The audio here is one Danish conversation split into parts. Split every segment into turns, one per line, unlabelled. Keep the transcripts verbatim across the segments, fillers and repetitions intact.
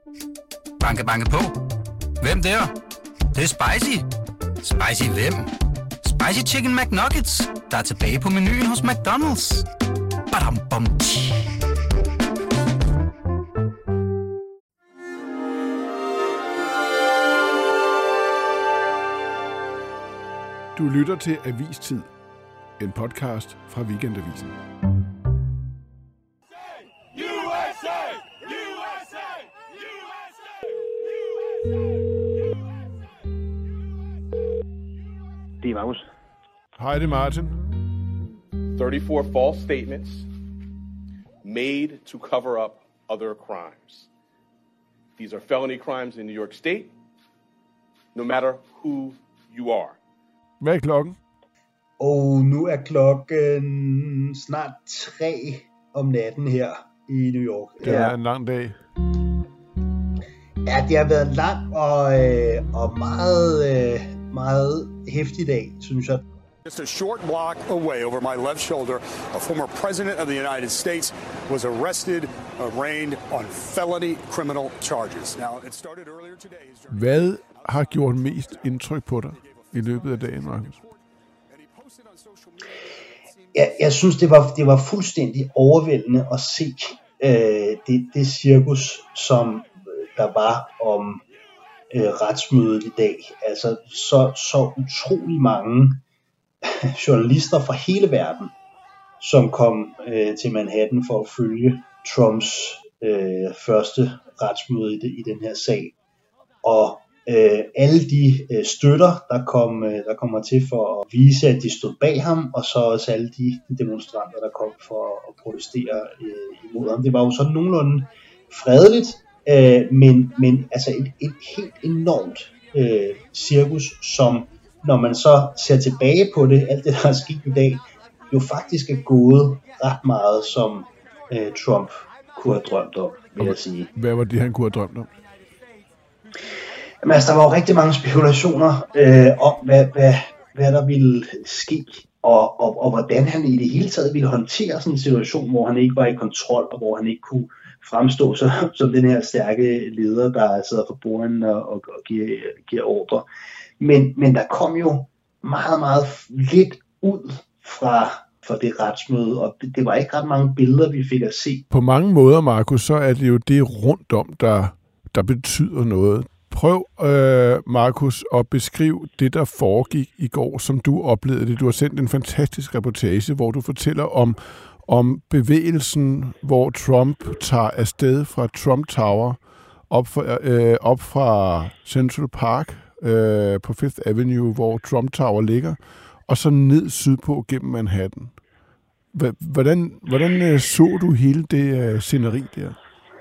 Banke, banke på. Hvem der? Det, det er spicy. Spicy hvem? Spicy Chicken McNuggets, der er tilbage på menuen hos McDonald's. Badum, bom, tji.
Du lytter til Avistid, en podcast fra Weekendavisen.
Det er Magnus.
Hej, det er Martin.
thirty-four false statements made to cover up other crimes. These are felony crimes in New York State, no matter who you are.
Hvad er klokken?
Og nu er klokken snart tre om natten her i New York.
Det er ja. en lang dag.
Ja, det har været en lang og, øh, og meget, øh, meget heftig dag, synes jeg.
Just a short block away over my left shoulder, a former president of the United States was arrested, arraigned on felony criminal charges. Now, it started earlier today.
Hvad har gjort mest indtryk på dig i løbet af dagen, Markus?
Jeg, jeg synes, det var, det var fuldstændig overvældende at se øh, det, det cirkus, som der var om øh, retsmødet i dag. Altså så, så utrolig mange journalister fra hele verden, som kom øh, til Manhattan for at følge Trumps øh, første retsmøde i, det, i den her sag. Og øh, alle de øh, støtter, der, kom, øh, der kommer til for at vise, at de stod bag ham, og så også alle de demonstranter, der kom for at protestere øh, imod ham. Det var jo sådan nogenlunde fredeligt, øh, men, men altså et, et helt enormt øh, cirkus, som når man så ser tilbage på det, alt det der er sket i dag, jo faktisk er gået ret meget, som øh, Trump kunne have drømt om, vil jeg sige.
Hvad var det, han kunne have drømt om?
Jamen, altså, der var jo rigtig mange spekulationer øh, om, hvad, hvad, hvad der ville ske, og, og, og hvordan han i det hele taget ville håndtere sådan en situation, hvor han ikke var i kontrol, og hvor han ikke kunne fremstå så, som den her stærke leder, der sidder for bordenden og, og, og giver, giver ordre. Men, men der kom jo meget, meget lidt ud fra, fra det retsmøde, og det, det var ikke ret mange billeder, vi fik at se.
På mange måder, Markus, så er det jo det rundt om, der, der betyder noget. Prøv, øh, Markus, at beskrive det, der foregik i går, som du oplevede det. Du har sendt en fantastisk reportage, hvor du fortæller om, om bevægelsen, hvor Trump tager afsted fra Trump Tower op, for, øh, op fra Central Park, Øh, på Fifth Avenue, hvor Trump Tower ligger, og så ned sydpå gennem Manhattan. Hvordan, hvordan så du hele det uh, sceneri der?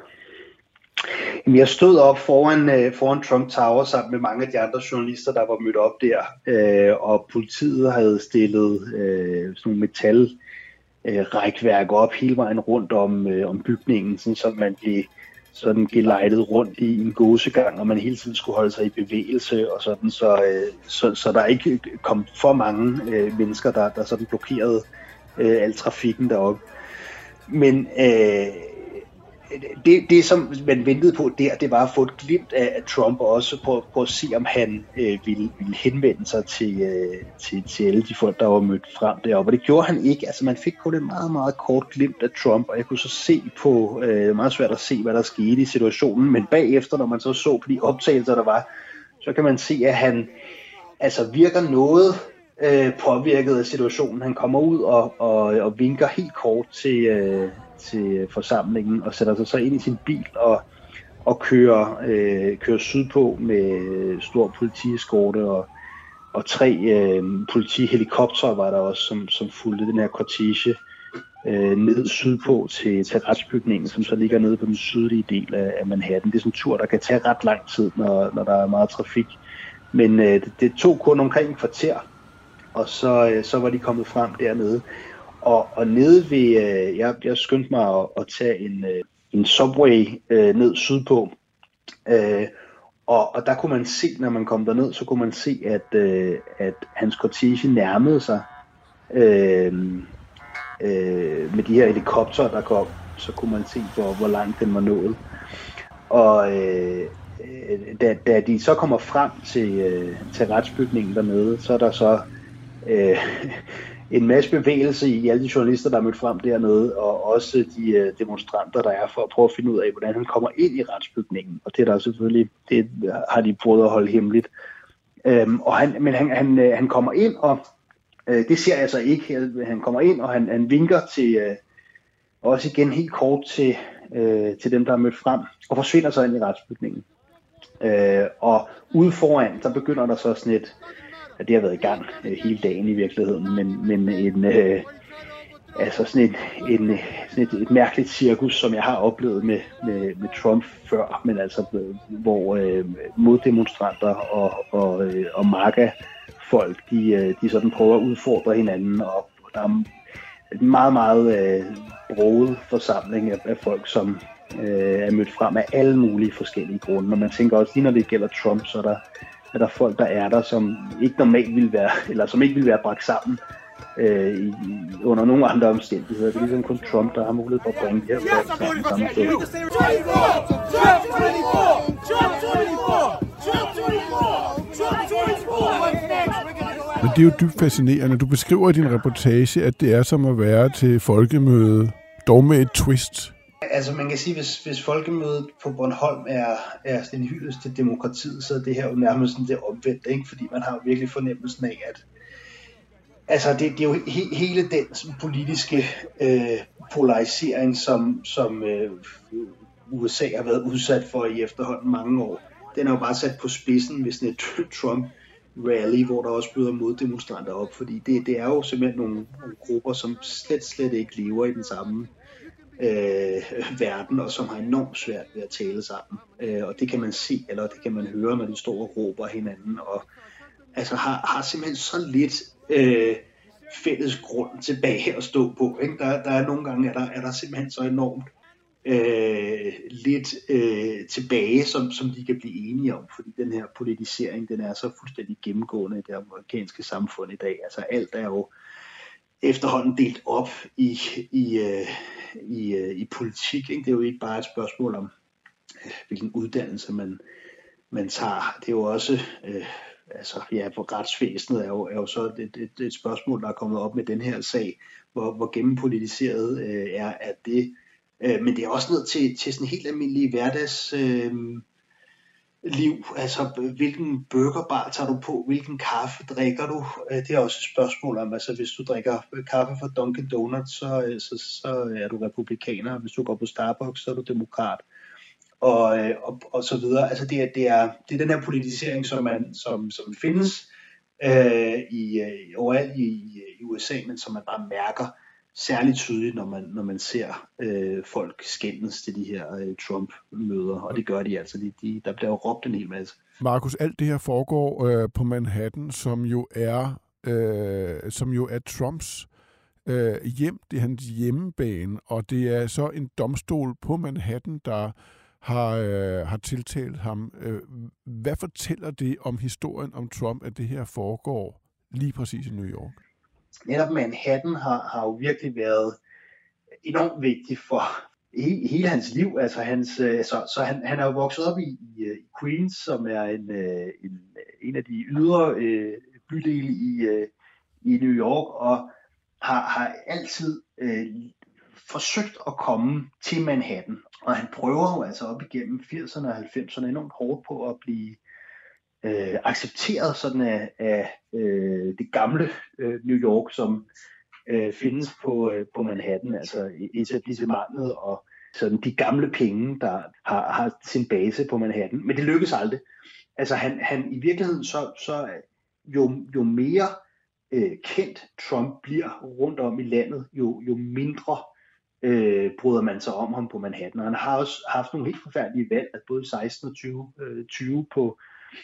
Jeg stod op foran, foran Trump Tower sammen med mange af de andre journalister, der var mødt op der, øh, og politiet havde stillet øh, sådan nogle metal øh, rækværk op hele vejen rundt om, øh, om bygningen, sådan, så man blev sådan gelejdet rundt i en gåsegang, og man hele tiden skulle holde sig i bevægelse, og sådan, så, øh, så, så der ikke kom for mange øh, mennesker, der, der sådan blokerede øh, al trafikken deroppe. Men øh, det, det, som man ventede på der, det var at få et glimt af Trump, og også på, på at se, om han øh, ville, ville henvende sig til, øh, til, til alle de folk, der var mødt frem deroppe. Og det gjorde han ikke. Altså man fik kun et meget, meget kort glimt af Trump, og jeg kunne så se på, øh, meget svært at se, hvad der skete i situationen, men bagefter, når man så så på de optagelser, der var, så kan man se, at han altså virker noget øh, påvirket af situationen. Han kommer ud og, og, og vinker helt kort til... Øh, til forsamlingen og sætter sig så ind i sin bil og, og kører, øh, kører sydpå med stor politieskorte og, og tre øh, politihelikoptere var der også, som, som fulgte den her kortege øh, ned sydpå til, til retsbygningen, som så ligger nede på den sydlige del af, af Manhattan. Det er sådan en tur, der kan tage ret lang tid, når, når der er meget trafik. Men øh, det, det tog kun omkring en kvarter, og så, øh, så var de kommet frem dernede. Og, og nede ved, øh, jeg, jeg skyndte mig at, at tage en, øh, en subway øh, ned sydpå, øh, og, og der kunne man se, når man kom derned, så kunne man se, at, øh, at hans kortege nærmede sig øh, øh, med de her helikoptere, der kom, så kunne man se, hvor, hvor langt den var nået. Og øh, da, da de så kommer frem til, øh, til retsbygningen dernede, så er der så øh, en masse bevægelse i alle de journalister, der er mødt frem dernede, og også de øh, demonstranter, der er, for at prøve at finde ud af, hvordan han kommer ind i retsbygningen. Og det er der selvfølgelig, det har de prøvet at holde hemmeligt. Øhm, og han, men han, han, han kommer ind, og øh, det ser jeg så ikke. Han kommer ind, og han, han vinker til, øh, også igen helt kort til, øh, til dem, der er mødt frem, og forsvinder så ind i retsbygningen. Øh, og ude foran, der begynder der så sådan et, at det har været i gang øh, hele dagen i virkeligheden, men, men en, øh, altså sådan, et, en, sådan et, et mærkeligt cirkus, som jeg har oplevet med, med, med Trump før, men altså hvor øh, moddemonstranter og, og, øh, og MAGA-folk, de, øh, de sådan prøver at udfordre hinanden, og der er en meget, meget øh, broget forsamling af, af folk, som øh, er mødt frem af alle mulige forskellige grunde. Og man tænker også, lige når det gælder Trump, så er der, er der folk, der er der, som ikke normalt vil være, eller som ikke vil være bragt sammen øh, i, under nogle andre omstændigheder. Det er ligesom kun Trump, der har mulighed for at bringe det her folk sammen samme sted.
Men det er jo dybt fascinerende. Du beskriver i din reportage, at det er som at være til folkemøde, dog med et twist.
Altså man kan sige, hvis, hvis folkemødet på Bornholm er, er en hyldest til demokratiet, så er det her jo nærmest sådan det omvendte, ikke? Fordi man har jo virkelig fornemmelsen af, at altså det, det er jo he, hele den sådan, politiske øh, polarisering, som, som øh, U S A har været udsat for i efterhånden mange år. Den er jo bare sat på spidsen ved sådan et Trump-rally, hvor der også byder moddemonstranter op, fordi det, det er jo simpelthen nogle, nogle grupper, som slet, slet ikke lever i den samme øh, verden, og som har enormt svært ved at tale sammen. Øh, og det kan man se, eller det kan man høre, når de står og råber hinanden, og altså har, har simpelthen så lidt øh, fælles grund tilbage at stå på. Ikke? Der, der er nogle gange, er der, er der simpelthen så enormt øh, lidt øh, tilbage, som, som de kan blive enige om, fordi den her politisering, den er så fuldstændig gennemgående i det amerikanske samfund i dag. Altså alt er jo efterhånden delt op i, i, øh, i, øh, i politik. Ikke? Det er jo ikke bare et spørgsmål om, øh, hvilken uddannelse man, man tager. Det er jo også, øh, altså ja, for retsvæsenet er jo, er jo så et, et, et spørgsmål, der er kommet op med den her sag, hvor, hvor gennempolitiseret øh, er, at det, øh, men det er også ned til, til sådan helt almindelige hverdags øh, liv, altså hvilken burgerbar tager du på, hvilken kaffe drikker du, det er også et spørgsmål om, altså hvis du drikker kaffe fra Dunkin' Donuts, så, så, så er du republikaner, hvis du går på Starbucks, så er du demokrat, og, og, og så videre. Altså det er, det er, det er den her politisering, som, man, som, som findes øh, i, overalt i, i U S A, men som man bare mærker særligt tydeligt, når man, når man ser øh, folk skændes til de her øh, Trump-møder, og det gør de altså. De, de, der bliver jo råbt en hel masse.
Markus, alt det her foregår øh, på Manhattan, som jo er, øh, som jo er Trumps øh, hjem, det er hans hjemmebane, og det er så en domstol på Manhattan, der har, øh, har tiltalt ham. Øh, hvad fortæller det om historien om Trump, at det her foregår lige præcis i New York?
Netop Manhattan har, har jo virkelig været enormt vigtig for he, hele hans liv. Altså hans, så, så han, han er jo vokset op i, i, i Queens, som er en, en, en af de ydre øh, bydele i, øh, i New York, og har, har altid øh, forsøgt at komme til Manhattan. Og han prøver jo altså op igennem firserne og halvfemserne enormt hårdt på at blive Øh, accepteret sådan af, af øh, det gamle øh, New York, som øh, findes på, øh, på Manhattan, altså etablissementet og sådan de gamle penge, der har, har sin base på Manhattan. Men det lykkes aldrig. Altså han, han i virkeligheden så, så jo, jo mere øh, kendt Trump bliver rundt om i landet, jo, jo mindre øh, bryder man sig om ham på Manhattan. Og han har også haft nogle helt forfærdelige valg, at både seksten og tyve, øh, tyve på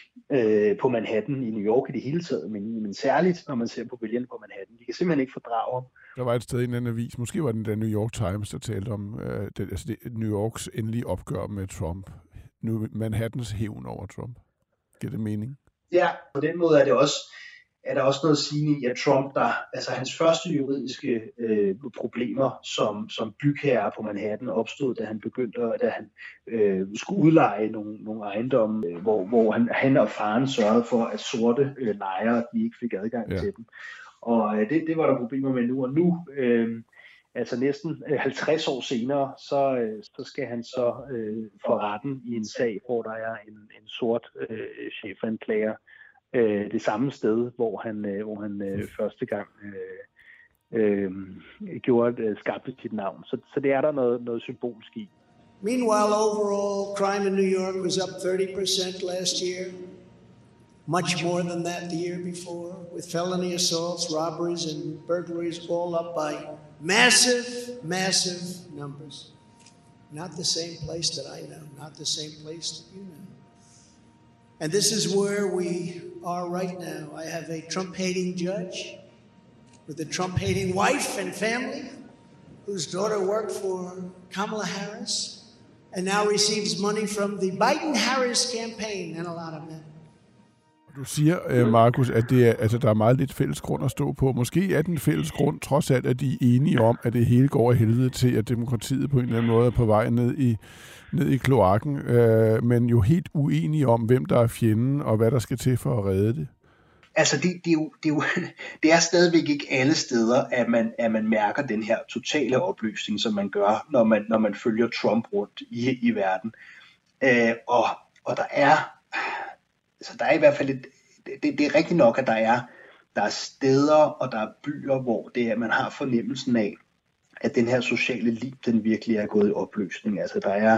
Øh, på Manhattan i New York i det hele taget, men, men særligt når man ser på vælgerne på Manhattan. De kan simpelthen ikke fordrage ham.
Der var et sted i en anden avis, måske var den der New York Times, der talte om øh, det, altså det, New Yorks endelige opgør med Trump. Nu Manhattans hævn over Trump. Giver det mening?
Ja, på den måde er det også er der også noget sigende i, at Trump, der, altså hans første juridiske øh, problemer som, som bygherre på Manhattan opstod, da han begyndte, da han øh, skulle udleje nogle, nogle ejendomme, øh, hvor, hvor han, han og faren sørgede for, at sorte øh, lejere, de ikke fik adgang ja. til dem. Og øh, det, det var der problemer med nu, og nu, øh, altså næsten halvtreds år senere, så, øh, så skal han så øh, for retten i en sag, hvor der er en, en sort øh, chefanklager, øh, det samme sted, hvor han, øh, hvor han øh, første gang øh, øh, gjorde øh, skabte sit navn. Så, så det er der noget, noget symbolsk i.
Meanwhile, overall crime in New York was up thirty percent last year. Much more than that the year before, with felony assaults, robberies, and burglaries all up by massive, massive numbers. Not the same place that I know, not the same place that you know. And this is where we are right now. I have a Trump-hating judge with a Trump-hating wife and family whose daughter worked for Kamala Harris and now receives money from the Biden-Harris campaign and a lot of men.
Du siger, Markus, at det er, altså, der er meget lidt fælles grund at stå på. Måske er den fælles grund trods alt, at de er enige om, at det hele går af helvede til, at demokratiet på en eller anden måde er på vej ned i, ned i kloakken, øh, men jo helt uenige om, hvem der er fjenden og hvad der skal til for at redde det.
Altså, det, det, er, jo, det, er, jo, det er stadigvæk ikke alle steder, at man, at man mærker den her totale opløsning, som man gør, når man, når man følger Trump rundt i, i verden. Øh, og, og der er... Så der er i hvert fald et, det, det er rigtigt nok, at der er, der er steder og der er byer, hvor det er, man har fornemmelsen af, at den her sociale liv, den virkelig er gået i opløsning. Altså der er,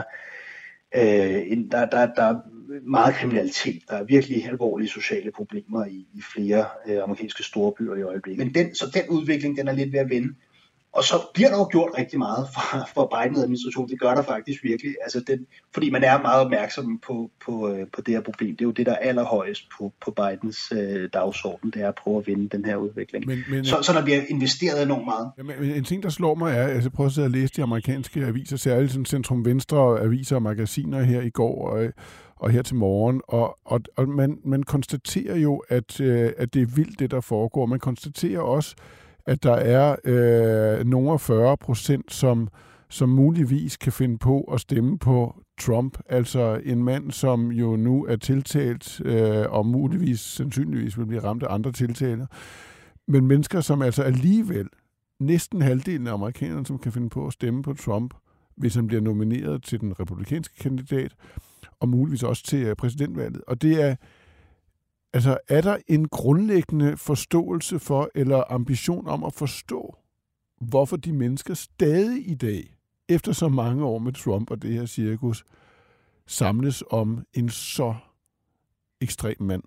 øh, en, der, der, der er meget kriminalitet, der er virkelig alvorlige sociale problemer i, i flere øh, amerikanske storbyer i øjeblikket. Men den, så den udvikling, den er lidt ved at vende. Og så bliver der jo gjort rigtig meget for, for Biden-administrationen. Det gør der faktisk virkelig. Altså den, fordi man er meget opmærksom på, på, på det her problem. Det er jo det, der er allerhøjest på, på Bidens øh, dagsorden. Det er at prøve at vinde den her udvikling. Men, men, så, så der bliver investeret enormt meget.
Ja, men en ting, der slår mig, er, altså prøv at sidde og læse de amerikanske aviser, særligt sådan centrum-venstre aviser og magasiner her i går og, og her til morgen. Og, og, og man, man konstaterer jo, at, øh, at det er vildt, det der foregår. Man konstaterer også, at der er øh, nogle fyrre procent, som, som muligvis kan finde på at stemme på Trump. Altså en mand, som jo nu er tiltalt, øh, og muligvis sandsynligvis vil blive ramt af andre tiltaler. Men mennesker, som altså alligevel, næsten halvdelen af amerikanerne, som kan finde på at stemme på Trump, hvis han bliver nomineret til den republikanske kandidat, og muligvis også til præsidentvalget. Og det er Altså, er der en grundlæggende forståelse for, eller ambition om at forstå, hvorfor de mennesker stadig i dag, efter så mange år med Trump og det her cirkus, samles om en så ekstrem mand?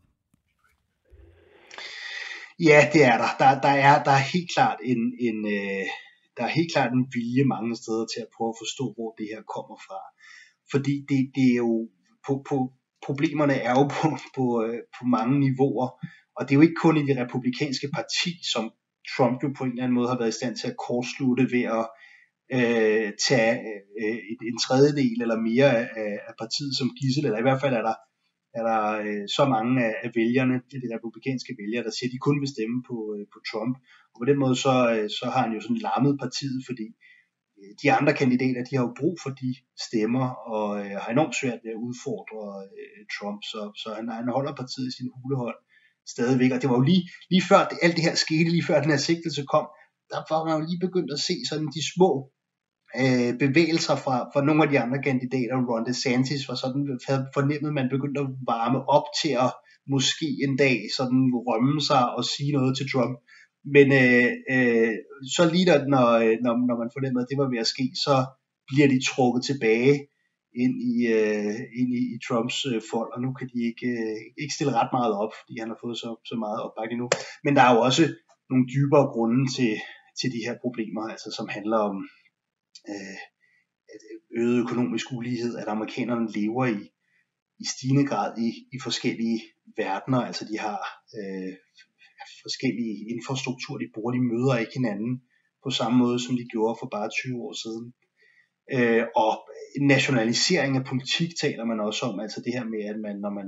Ja, det er der. Der, der, er, der er helt klart en, en, øh, der er helt klart en vilje mange steder til at prøve at forstå, hvor det her kommer fra. Fordi det, det er jo på... på Problemerne er jo på, på, på mange niveauer, og det er jo ikke kun i det republikanske parti, som Trump jo på en eller anden måde har været i stand til at kortslutte ved at øh, tage øh, en tredjedel eller mere af, af partiet som gidsel, eller i hvert fald er der, er der øh, så mange af, af vælgerne, de republikanske vælgere, der siger, at de kun vil stemme på, øh, på Trump, og på den måde så, øh, så har han jo sådan lammet partiet, fordi de andre kandidater, de har jo brug for de stemmer, og øh, har enormt svært ved at udfordre øh, Trump, så, så han, han holder partiet i sin hulehold stadigvæk, og det var jo lige, lige før det, alt det her skete, lige før den her sigtelse kom, der var man jo lige begyndt at se sådan de små øh, bevægelser fra, fra nogle af de andre kandidater. Ron DeSantis var sådan, havde fornemmet, man begyndte at varme op til at måske en dag sådan rømme sig og sige noget til Trump. Men øh, øh, så lige der, når, når, når man fornemmede, at det var ved at ske, så bliver de trukket tilbage ind i, øh, ind i, i Trumps øh, folk, og nu kan de ikke, øh, ikke stille ret meget op, fordi han har fået så, så meget opbakning nu. Men der er jo også nogle dybere grunde til, til de her problemer, altså, som handler om øh, øget økonomisk ulighed, at amerikanerne lever i, i stigende grad i, i forskellige verdener, altså de har øh, forskellige infrastruktur, de bruger, de møder ikke hinanden på samme måde, som de gjorde for bare tyve år siden. Øh, og nationalisering af politik taler man også om, altså det her med, at man, når man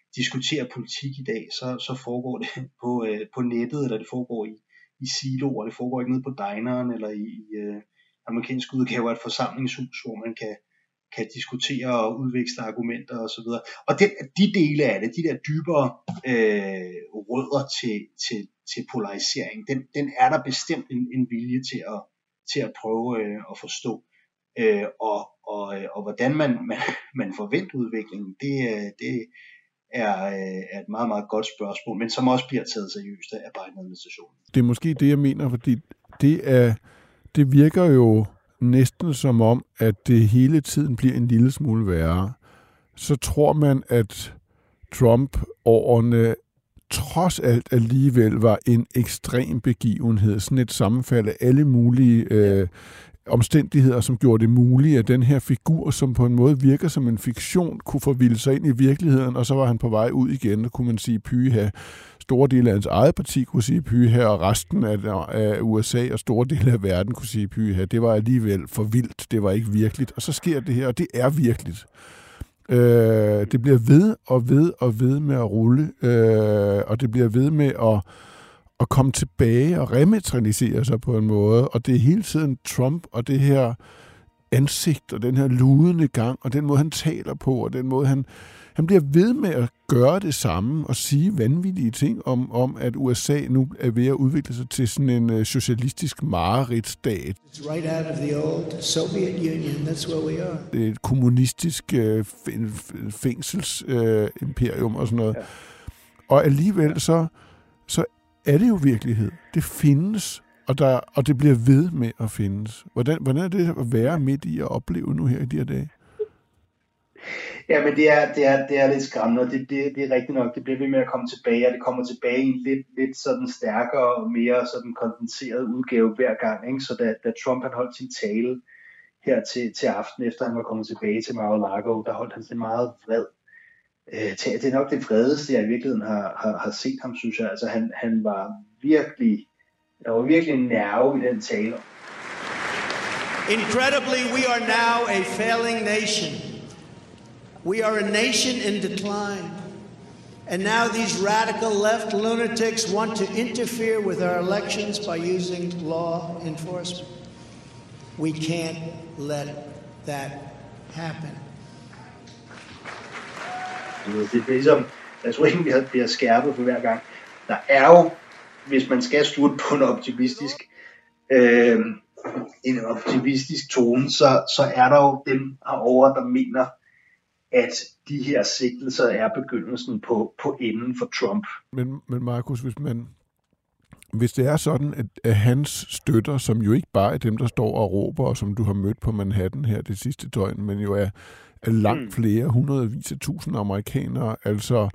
diskuterer politik i dag, så, så foregår det på, øh, på nettet, eller det foregår i, i siloer, det foregår ikke nede på dineren, eller i, i øh, amerikanske udgaver af et forsamlingshus, hvor man kan, kan diskutere og udveksle argumenter osv. Og det, de dele af det, de der dybere øh, rødder til, til, til polarisering, den, den er der bestemt en, en vilje til at, til at prøve øh, at forstå. Øh, og, og, og hvordan man, man, man forventer udviklingen, det, det er, er et meget, meget godt spørgsmål, men som også bliver taget seriøst af Biden-administrationen.
Det er måske det, jeg mener, fordi det, er, det virker jo næsten som om, at det hele tiden bliver en lille smule værre. Så tror man, at Trump-årene trods alt alligevel var en ekstrem begivenhed, sådan et sammenfald af alle mulige øh, omstændigheder, som gjorde det muligt, at den her figur, som på en måde virker som en fiktion, kunne forvilde sig ind i virkeligheden, og så var han på vej ud igen, og kunne man sige pyha. Store dele af hans eget parti kunne sige pyha, og resten af, af U S A og store dele af verden kunne sige pyha. Det var alligevel for vildt, det var ikke virkeligt. Og så sker det her, og det er virkeligt. Øh, det bliver ved og ved og ved med at rulle, øh, og det bliver ved med at at komme tilbage og rematerialisere sig på en måde, og det er hele tiden Trump og det her ansigt og den her ludende gang, og den måde, han taler på, og den måde, han, han bliver ved med at gøre det samme og sige vanvittige ting om, om, at U S A nu er ved at udvikle sig til sådan en uh, socialistisk mareridtstat.
It's right out of the old Soviet Union. That's where we are. Det
er et kommunistisk uh, fængselsimperium uh, og sådan noget. Ja. Og alligevel så, så er det jo virkelighed. Det findes, og, der, og det bliver ved med at findes. Hvordan, hvordan er det at være midt i at opleve nu her i de her dage?
Ja, men det er, det er, det er lidt skræmmende, og det, det, det er rigtigt nok. Det bliver ved med at komme tilbage, og det kommer tilbage i en lidt, lidt sådan stærkere og mere sådan kondenseret udgave hver gang. Ikke? Så da, da Trump han holdt sin tale her til, til aften, efter han var kommet tilbage til Mar-a-Lago, der holdt han sin meget vred. Det er nok det vredeste, jeg i virkeligheden har, har, har set ham, synes jeg. Altså, han, han var virkelig, der var virkelig en nerve i den tale.
Incredibly, we are now a failing nation. We are a nation in decline. And now these radical left lunatics want to interfere with our elections by using law enforcement. We can't let that happen.
Det er ligesom, jeg tror ikke, vi bliver skærpet for hver gang. Der er jo, hvis man skal slutte på en optimistisk, øh, en optimistisk tone, så, så er der jo dem herovre, der mener, at de her sigtelser er begyndelsen på, på enden for Trump.
Men, men Markus, hvis man hvis det er sådan, at, at hans støtter, som jo ikke bare er dem, der står og råber, og som du har mødt på Manhattan her det sidste døgn, men jo er af langt flere, hundredvis af tusind amerikanere, altså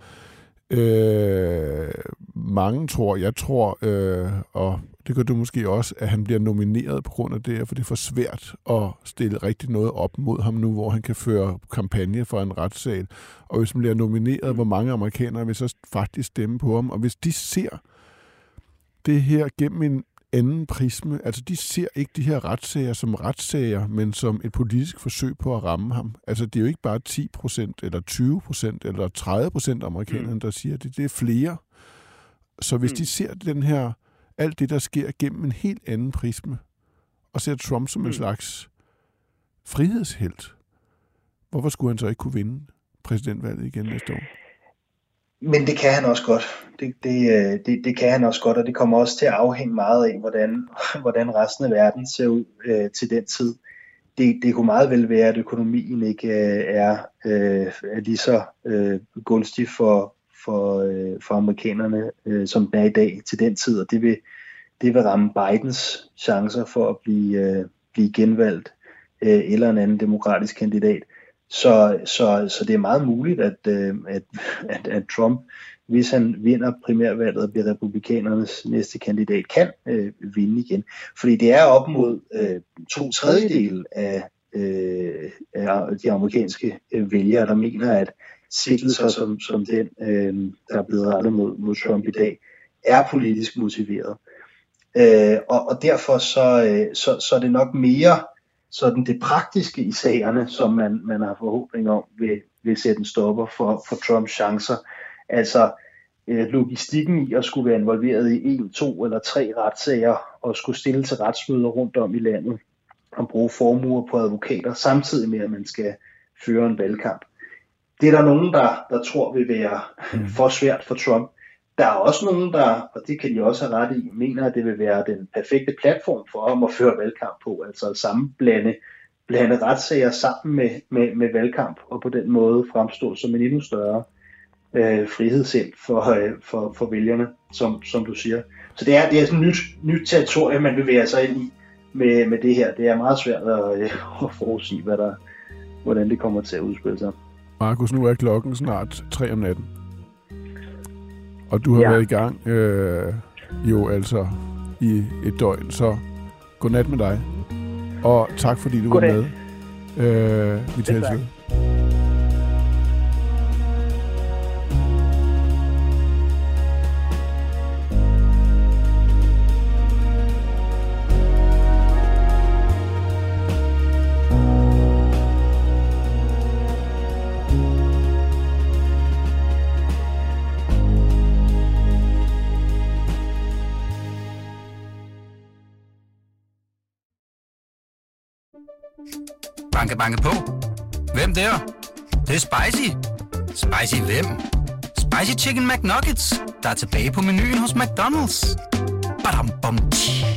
øh, mange tror, jeg tror, øh, og det gør du måske også, at han bliver nomineret på grund af det, for det er for svært at stille rigtig noget op mod ham nu, hvor han kan føre kampagne for en retssal. Og hvis man bliver nomineret, hvor mange amerikanere vil så faktisk stemme på ham, og hvis de ser det her gennem en anden prisme, altså de ser ikke de her retssager som retssager, men som et politisk forsøg på at ramme ham. Altså det er jo ikke bare ti procent, eller tyve procent, eller tredive procent af amerikanerne, der siger det. Det er flere. Så hvis de ser den her, alt det, der sker gennem en helt anden prisme, og ser Trump som en slags frihedshelt, hvorfor skulle han så ikke kunne vinde præsidentvalget igen næste år?
Men det kan han også godt. Det, det, det, det kan han også godt, og det kommer også til at afhænge meget af, hvordan, hvordan resten af verden ser ud øh, til den tid. Det, det kunne meget vel være, at økonomien ikke øh, er, øh, er lige så øh, gunstig for, for, øh, for amerikanerne, øh, som den er i dag til den tid, og det vil, det vil ramme Bidens chancer for at blive, øh, blive genvalgt, øh, eller en anden demokratisk kandidat. Så, så, så det er meget muligt, at, at, at, at Trump, hvis han vinder primærvalget og bliver republikanernes næste kandidat, kan øh, vinde igen. Fordi det er op mod øh, to tredjedel af, øh, af de amerikanske øh, vælgere, der mener, at sigtelser som, som den, øh, der er blevet rettet mod, mod Trump i dag, er politisk motiveret. Øh, og, og derfor så, øh, så, så er det nok mere sådan det praktiske i sagerne, som man, man har forhåbning om, vil, vil sætte en stopper for, for Trumps chancer, Altså øh, logistikken i at skulle være involveret i en, to eller tre retssager og skulle stille til retsmøder rundt om i landet og bruge formuer på advokater, samtidig med at man skal føre en valgkamp. Det er der nogen, der, der tror vil være for svært for Trump. Der er også nogen, der, og det kan de også have ret i, mener, at det vil være den perfekte platform for ham at føre valgkamp på. Altså at sammenblande blande retssager sammen med, med, med valgkamp, og på den måde fremstå som en endnu større øh, frihedshjælp for, øh, for, for vælgerne, som, som du siger. Så det er, det er sådan et nyt, nyt territorium, man bevæger sig ind i med, med det her. Det er meget svært at, øh, at forudsige, hvad der, hvordan det kommer til at udspille sig.
Markus, nu er klokken snart tre om natten. Og du har ja. været i gang øh, jo altså i et døgn, så godnat med dig. Og tak fordi du goddag. var med. Øh, vi tales ved.
Banke, banke på. Hvem der? Det, det er spicy. Spicy hvem? Spicy Chicken McNuggets, der er tilbage på menuen hos McDonald's. Badum, bom, tji.